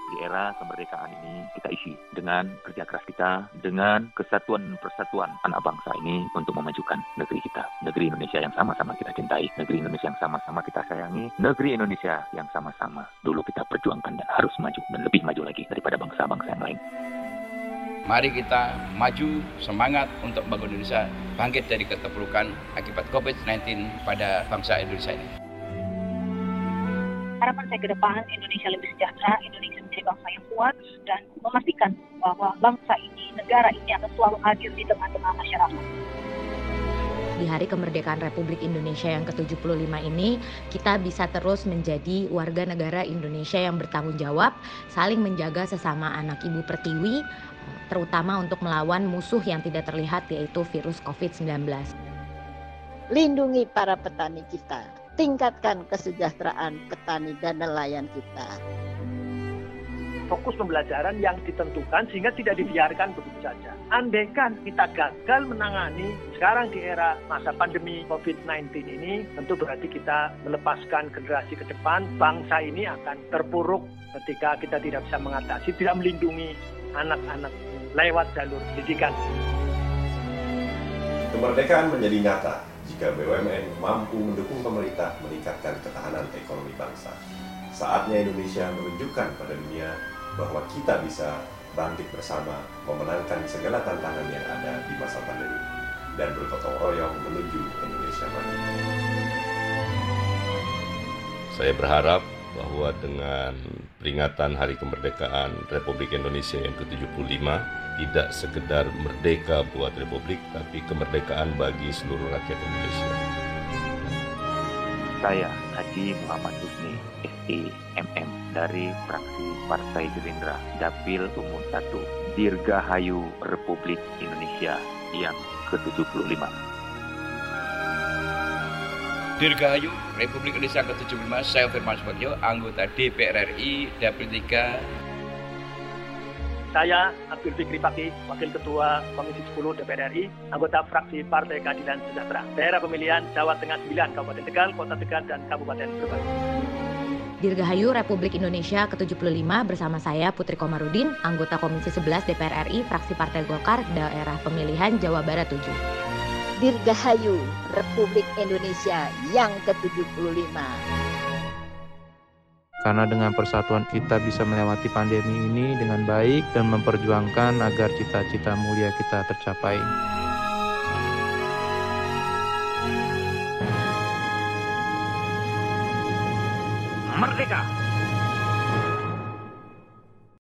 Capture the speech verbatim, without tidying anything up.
di era kemerdekaan ini kita isi dengan kerja keras kita, dengan kesatuan persatuan anak bangsa ini untuk memajukan negeri kita. Negeri Indonesia yang sama-sama kita cintai, negeri Indonesia yang sama-sama kita sayangi, negeri Indonesia yang sama-sama dulu kita perjuangkan dan harus maju dan lebih maju lagi daripada bangsa-bangsa yang lain. Mari kita maju semangat untuk membangun Indonesia bangkit dari keterpurukan akibat covid sembilan belas pada bangsa Indonesia ini. Harapan saya ke depan, Indonesia lebih sejahtera, Indonesia menjadi bangsa yang kuat, dan memastikan bahwa bangsa ini, negara ini akan selalu hadir di tengah-tengah masyarakat. Di Hari Kemerdekaan Republik Indonesia yang ke tujuh puluh lima ini, kita bisa terus menjadi warga negara Indonesia yang bertanggung jawab, saling menjaga sesama anak ibu pertiwi, terutama untuk melawan musuh yang tidak terlihat, yaitu virus covid sembilan belas. Lindungi para petani kita, tingkatkan kesejahteraan petani dan nelayan kita. Fokus pembelajaran yang ditentukan sehingga tidak dibiarkan begitu saja. Andaikan kita gagal menangani sekarang di era masa pandemi covid sembilan belas ini, tentu berarti kita melepaskan generasi ke depan, bangsa ini akan terpuruk ketika kita tidak bisa mengatasi, tidak melindungi anak-anak lewat jalur pendidikan. Kemerdekaan menjadi nyata jika B U M N mampu mendukung pemerintah meningkatkan ketahanan ekonomi bangsa. Saatnya Indonesia menunjukkan pada dunia bahwa kita bisa bangkit bersama memenangkan segala tantangan yang ada di masa pandemi dan bergotong royong menuju Indonesia maju. Saya berharap bahwa dengan peringatan Hari Kemerdekaan Republik Indonesia yang ke tujuh puluh lima tidak sekedar merdeka buat Republik, tapi kemerdekaan bagi seluruh rakyat Indonesia. Saya Haji Muhammad Husni, S I M M dari fraksi Partai Gerindra, Dapil Umum satu, Dirgahayu Republik Indonesia yang ke tujuh puluh lima. Dirgahayu Republik Indonesia yang ke tujuh puluh lima, saya Firman Subagio, anggota D P R R I, Dapil tiga. Saya Abdul Fikri Fakih, Wakil Ketua Komisi sepuluh D P R R I, anggota fraksi Partai Keadilan Sejahtera. Daerah pemilihan Jawa Tengah sembilan, Kabupaten Tegal, Kota Tegal, dan Kabupaten Brebes. Dirgahayu Republik Indonesia ke tujuh puluh lima bersama saya Putri Komarudin, anggota Komisi sebelas D P R R I, fraksi Partai Golkar, Daerah Pemilihan Jawa Barat tujuh. Dirgahayu Republik Indonesia yang ke tujuh puluh lima. Karena dengan persatuan kita bisa melewati pandemi ini dengan baik dan memperjuangkan agar cita-cita mulia kita tercapai. Merdeka!